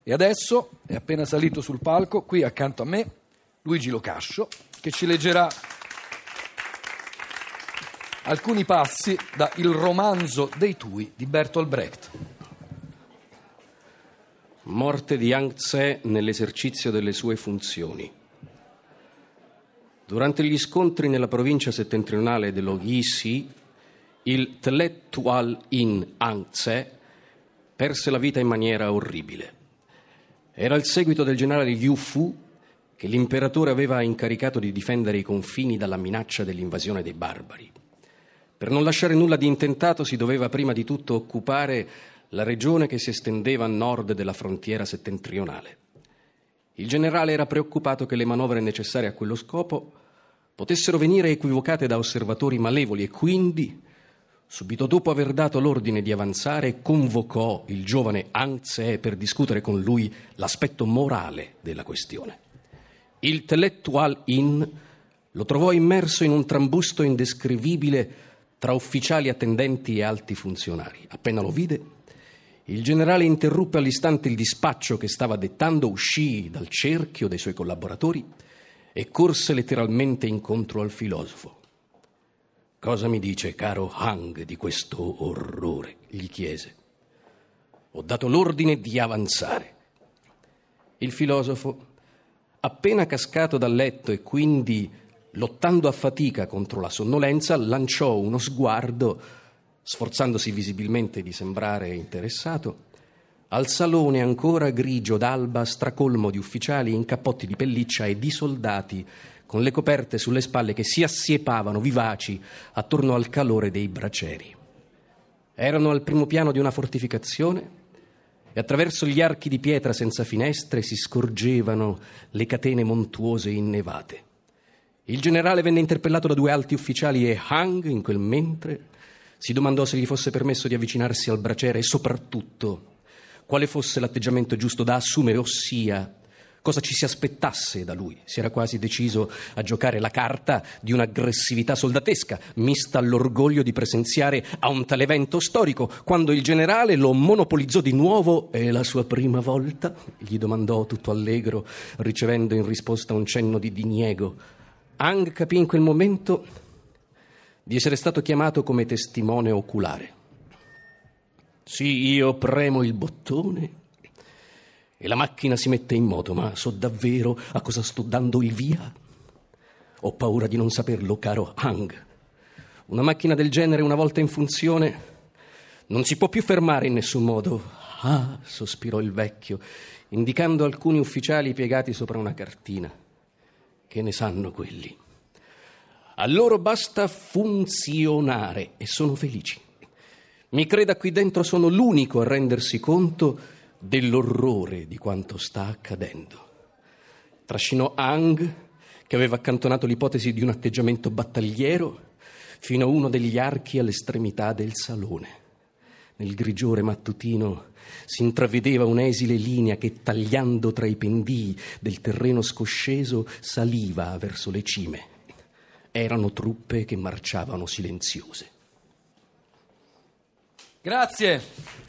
E adesso è appena salito sul palco, qui accanto a me, Luigi Locascio, che ci leggerà alcuni passi da Il romanzo dei Tui di Bertolt Brecht. Morte di Yang Tse nell'esercizio delle sue funzioni. Durante gli scontri nella provincia settentrionale dello Yixi, il Tle Tual In Ang Tse perse la vita in maniera orribile. Era il seguito del generale Liu Fu, che l'imperatore aveva incaricato di difendere i confini dalla minaccia dell'invasione dei barbari. Per non lasciare nulla di intentato si doveva prima di tutto occupare la regione che si estendeva a nord della frontiera settentrionale. Il generale era preoccupato che le manovre necessarie a quello scopo potessero venire equivocate da osservatori malevoli e quindi, subito dopo aver dato l'ordine di avanzare, convocò il giovane Ang Tse per discutere con lui l'aspetto morale della questione. Il Tle Tual In lo trovò immerso in un trambusto indescrivibile tra ufficiali attendenti e alti funzionari. Appena lo vide, il generale interruppe all'istante il dispaccio che stava dettando, uscì dal cerchio dei suoi collaboratori e corse letteralmente incontro al filosofo. «Cosa mi dice, caro Hang, di questo orrore?» gli chiese. «Ho dato l'ordine di avanzare». Il filosofo, appena cascato dal letto e quindi lottando a fatica contro la sonnolenza, lanciò uno sguardo, sforzandosi visibilmente di sembrare interessato, al salone ancora grigio d'alba, stracolmo di ufficiali in cappotti di pelliccia e di soldati con le coperte sulle spalle che si assiepavano vivaci attorno al calore dei bracieri. Erano al primo piano di una fortificazione e attraverso gli archi di pietra senza finestre si scorgevano le catene montuose innevate. Il generale venne interpellato da due alti ufficiali e Hang, in quel mentre, si domandò se gli fosse permesso di avvicinarsi al braciere e soprattutto quale fosse l'atteggiamento giusto da assumere, ossia cosa ci si aspettasse da lui. Si era quasi deciso a giocare la carta di un'aggressività soldatesca, mista all'orgoglio di presenziare a un tale evento storico, quando il generale lo monopolizzò di nuovo. «È la sua prima volta?» gli domandò tutto allegro, ricevendo in risposta un cenno di diniego. Hang capì in quel momento di essere stato chiamato come testimone oculare. «Sì, io premo il bottone e la macchina si mette in moto, ma so davvero a cosa sto dando il via? Ho paura di non saperlo, caro Hang. Una macchina del genere, una volta in funzione, non si può più fermare in nessun modo». «Ah», sospirò il vecchio, indicando alcuni ufficiali piegati sopra una cartina. «Che ne sanno quelli? A loro basta funzionare e sono felici. Mi creda, qui dentro sono l'unico a rendersi conto dell'orrore di quanto sta accadendo». Trascinò Hang, che aveva accantonato l'ipotesi di un atteggiamento battagliero, fino a uno degli archi all'estremità del salone. Nel grigiore mattutino si intravedeva un'esile linea che, tagliando tra i pendii del terreno scosceso, saliva verso le cime. Erano truppe che marciavano silenziose. Grazie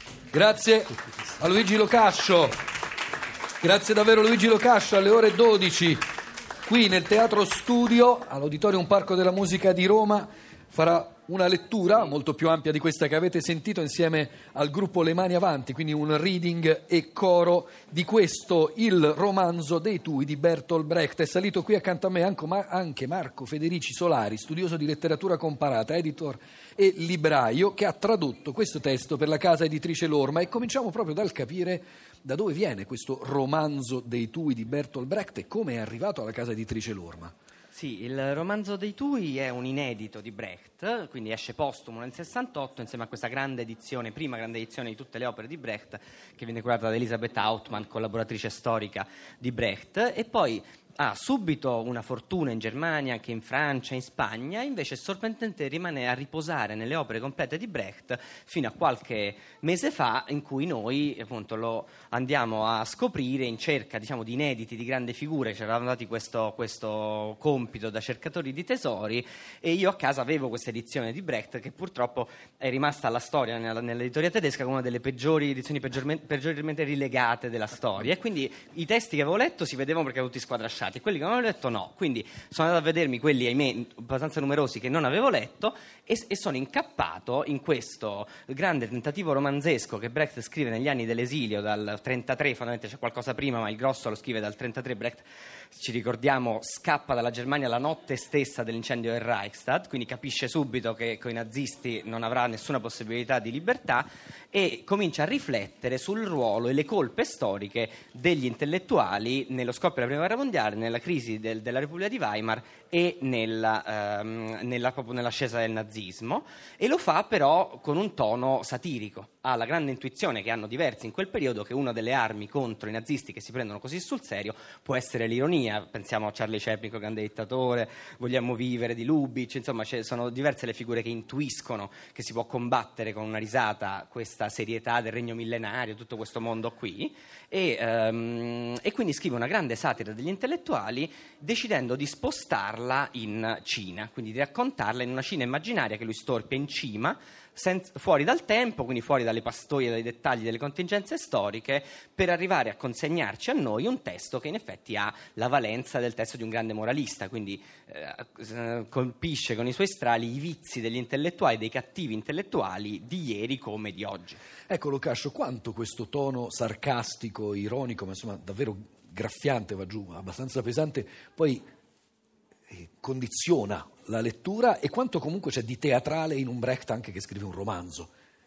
a Luigi Locascio. Grazie davvero Luigi Locascio. Alle ore 12 qui nel Teatro Studio all'Auditorium Parco della Musica di Roma farà una lettura molto più ampia di questa che avete sentito insieme al gruppo Le Mani Avanti, quindi un reading e coro di questo Il romanzo dei Tui di Bertolt Brecht. È salito qui accanto a me anche Marco Federici Solari, studioso di letteratura comparata, editor e libraio, che ha tradotto questo testo per la casa editrice Lorma, e cominciamo proprio dal capire da dove viene questo romanzo dei Tui di Bertolt Brecht e come è arrivato alla casa editrice Lorma. Sì, il romanzo dei Tui è un inedito di Brecht, quindi esce postumo nel 68 insieme a questa grande edizione, prima grande edizione di tutte le opere di Brecht, che viene curata da Elisabeth Hauptmann, collaboratrice storica di Brecht, e poi ha subito una fortuna in Germania, anche in Francia, in Spagna, invece è sorprendente rimane a riposare nelle opere complete di Brecht fino a qualche mese fa, in cui noi appunto lo andiamo a scoprire in cerca, diciamo, di inediti, di grandi figure. Ci eravamo dati questo compito da cercatori di tesori, e io a casa avevo questa edizione di Brecht che purtroppo è rimasta alla storia nell'editoria tedesca come una delle peggiori edizioni peggiormente rilegate della storia, e quindi i testi che avevo letto si vedevano perché erano tutti squadrasciati, quelli che non avevo letto no, quindi sono andato a vedermi quelli, ahimè, abbastanza numerosi che non avevo letto, e sono incappato in questo grande tentativo romanzesco che Brecht scrive negli anni dell'esilio, dal 33, fondamentalmente c'è qualcosa prima, ma il grosso lo scrive dal 33. Brecht, ci ricordiamo, scappa dalla Germania la notte stessa dell'incendio del Reichstag, quindi capisce subito che con i nazisti non avrà nessuna possibilità di libertà, e comincia a riflettere sul ruolo e le colpe storiche degli intellettuali nello scoppio della Prima Guerra Mondiale, nella crisi della Repubblica di Weimar e proprio nell'ascesa del nazismo, e lo fa però con un tono satirico. Ha la grande intuizione che hanno diversi in quel periodo, che una delle armi contro i nazisti che si prendono così sul serio può essere l'ironia. Pensiamo a Charlie Chaplin, grande dittatore, Vogliamo vivere di Lubitsch, insomma sono diverse le figure che intuiscono che si può combattere con una risata questa serietà del regno millenario, tutto questo mondo qui, e quindi scrive una grande satira degli intellettuali, decidendo di spostarla in Cina, quindi di raccontarla in una Cina immaginaria che lui storpia in cima, fuori dal tempo, quindi fuori dalle pastoie, dai dettagli delle contingenze storiche, per arrivare a consegnarci a noi un testo che in effetti ha la valenza del testo di un grande moralista, quindi colpisce con i suoi strali i vizi degli intellettuali, dei cattivi intellettuali di ieri come di oggi. Ecco, Locascio, quanto questo tono sarcastico, ironico, ma insomma davvero graffiante, va giù, abbastanza pesante, poi condiziona la lettura, e quanto comunque c'è di teatrale in un Brecht anche che scrive un romanzo.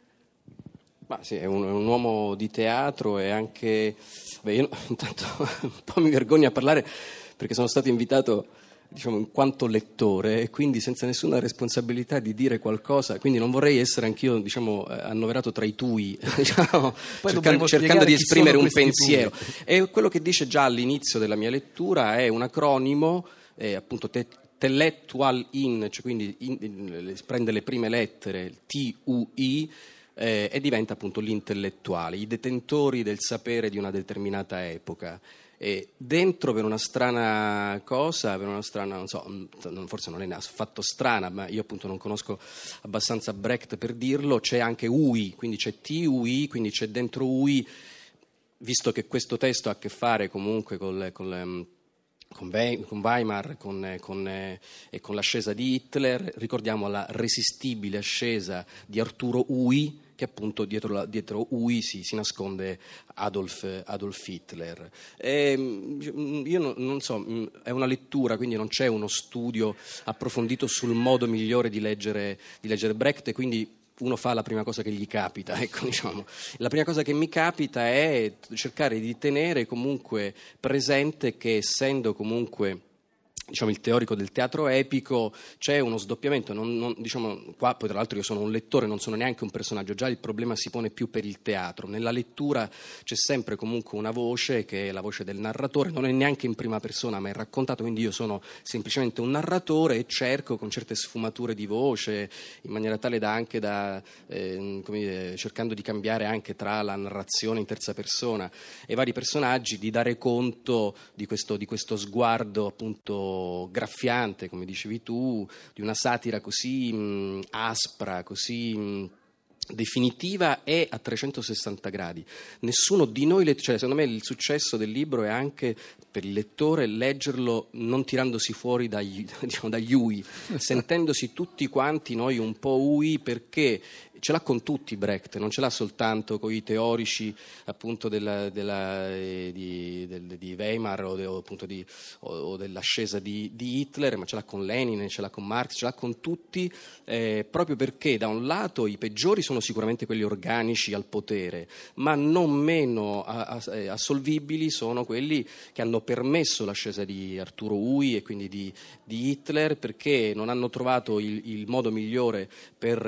Ma sì, è un uomo di teatro, e anche... io intanto un po' mi vergogno a parlare perché sono stato invitato, diciamo, in quanto lettore, e quindi senza nessuna responsabilità di dire qualcosa, quindi non vorrei essere anch'io, diciamo, annoverato tra i tui, diciamo, cercando di esprimere un pensiero. E quello che dice già all'inizio della mia lettura è un acronimo, appunto Intellectual in, cioè quindi prende le prime lettere, TUI, e diventa appunto l'intellettuale, i detentori del sapere di una determinata epoca. E dentro, per una strana cosa, per una strana, non so, forse non è affatto strana, ma io appunto non conosco abbastanza Brecht per dirlo, c'è anche UI, quindi c'è TUI, quindi c'è dentro UI, visto che questo testo ha a che fare comunque con Weimar e con l'ascesa di Hitler. Ricordiamo la resistibile ascesa di Arturo Ui, che appunto dietro Ui si nasconde Adolf Hitler. Io non so, è una lettura, quindi non c'è uno studio approfondito sul modo migliore di leggere Brecht, e quindi uno fa la prima cosa che gli capita, ecco, diciamo. La prima cosa che mi capita è cercare di tenere comunque presente che, essendo comunque, diciamo, il teorico del teatro epico, c'è uno sdoppiamento, diciamo, qua poi tra l'altro io sono un lettore, non sono neanche un personaggio, già il problema si pone più per il teatro. Nella lettura c'è sempre comunque una voce, che è la voce del narratore, non è neanche in prima persona ma è raccontato, quindi io sono semplicemente un narratore e cerco con certe sfumature di voce, in maniera tale da anche come dire, cercando di cambiare anche tra la narrazione in terza persona e i vari personaggi, di dare conto di questo sguardo appunto graffiante, come dicevi tu, di una satira così aspra, così definitiva e a 360 gradi. Nessuno di noi, cioè, secondo me il successo del libro è anche per il lettore leggerlo non tirandosi fuori dagli ui, sentendosi tutti quanti noi un po' ui, perché ce l'ha con tutti Brecht, non ce l'ha soltanto con i teorici appunto di Weimar o dell'ascesa di Hitler, ma ce l'ha con Lenin, ce l'ha con Marx, ce l'ha con tutti, proprio perché da un lato i peggiori sono sicuramente quelli organici al potere, ma non meno assolvibili sono quelli che hanno permesso l'ascesa di Arturo Ui e quindi di Hitler, perché non hanno trovato il modo migliore per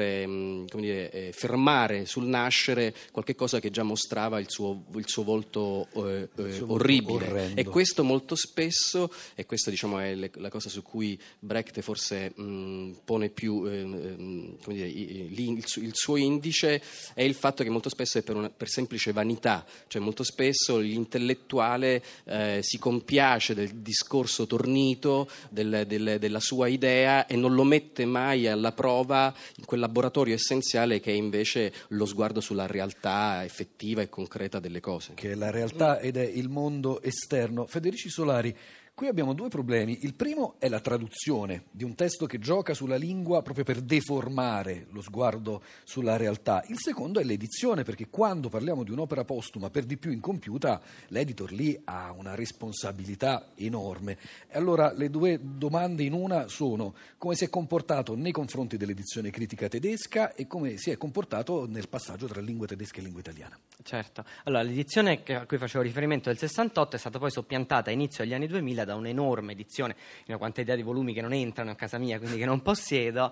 fermare sul nascere qualche cosa che già mostrava il suo volto orribile. orribile. orrendo. E questo molto spesso, e questa diciamo è la cosa su cui Brecht forse pone più come dire, il suo indice, è il fatto che molto spesso è per semplice vanità, cioè molto spesso l'intellettuale si compiace del discorso tornito, della sua idea, e non lo mette mai alla prova in quel laboratorio essenziale che è invece lo sguardo sulla realtà effettiva e concreta delle cose. Che è la realtà ed è il mondo esterno. Federici Solari, qui abbiamo due problemi. Il primo è la traduzione di un testo che gioca sulla lingua proprio per deformare lo sguardo sulla realtà. Il secondo è l'edizione, perché quando parliamo di un'opera postuma, per di più incompiuta, l'editor lì ha una responsabilità enorme. E allora le due domande in una sono: come si è comportato nei confronti dell'edizione critica tedesca e come si è comportato nel passaggio tra lingua tedesca e lingua italiana? Certo, allora l'edizione a cui facevo riferimento del 68 è stata poi soppiantata a inizio degli anni 2000 da un'enorme edizione, una quantità di volumi che non entrano a casa mia, quindi che non possiedo,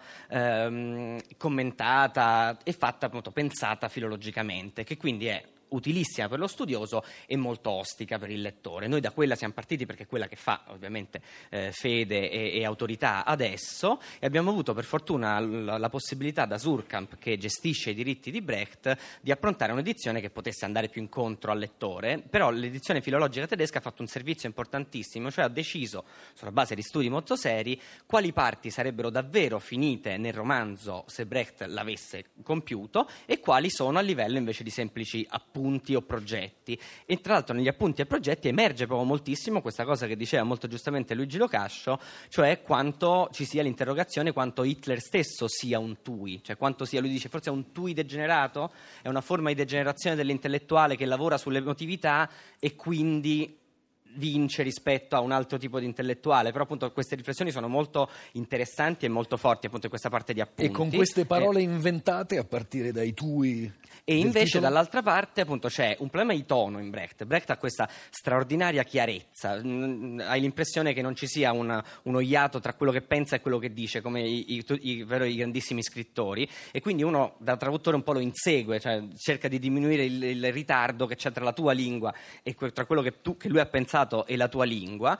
commentata e fatta appunto, pensata filologicamente, che quindi è utilissima per lo studioso e molto ostica per il lettore. Noi da quella siamo partiti perché è quella che fa ovviamente fede e autorità adesso, e abbiamo avuto per fortuna la possibilità da Suhrkamp, che gestisce i diritti di Brecht, di approntare un'edizione che potesse andare più incontro al lettore. Però l'edizione filologica tedesca ha fatto un servizio importantissimo, cioè ha deciso sulla base di studi molto seri quali parti sarebbero davvero finite nel romanzo se Brecht l'avesse compiuto e quali sono a livello invece di semplici appunti o progetti. E tra l'altro negli appunti e progetti emerge proprio moltissimo questa cosa che diceva molto giustamente Luigi Locascio, cioè quanto ci sia l'interrogazione quanto Hitler stesso sia un tui, cioè quanto sia, lui dice, forse è un tui degenerato, è una forma di degenerazione dell'intellettuale che lavora sull'emotività e quindi vince rispetto a un altro tipo di intellettuale. Però appunto queste riflessioni sono molto interessanti e molto forti appunto in questa parte di appunti. E con queste parole inventate a partire dai tui. E invece titolo? dall'altra parte appunto c'è un problema di tono in Brecht. Brecht ha questa straordinaria chiarezza, hai l'impressione che non ci sia uno iato tra quello che pensa e quello che dice, come i grandissimi scrittori, e quindi uno da traduttore un po' lo insegue, cioè cerca di diminuire il ritardo che c'è tra la tua lingua e tra quello che lui ha pensato e la tua lingua.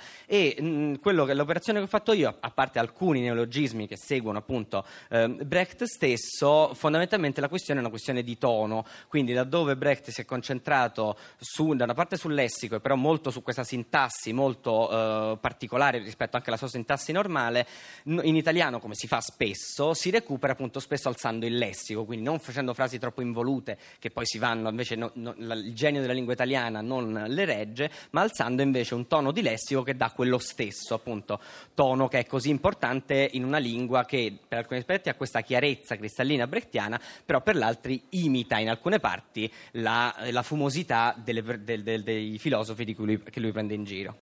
E l'operazione che ho fatto io, a parte alcuni neologismi che seguono appunto Brecht stesso, fondamentalmente la questione è una questione di tono. Quindi laddove Brecht si è concentrato da una parte sul lessico e però molto su questa sintassi molto particolare rispetto anche alla sua sintassi normale, in italiano, come si fa spesso, si recupera appunto spesso alzando il lessico, quindi non facendo frasi troppo involute che poi si vanno invece il genio della lingua italiana non le regge, ma alzando invece un tono di lessico che dà quello stesso appunto tono che è così importante in una lingua che per alcuni aspetti ha questa chiarezza cristallina brechtiana, però per l'altri imita in alcune parti la fumosità dei filosofi che lui prende in giro.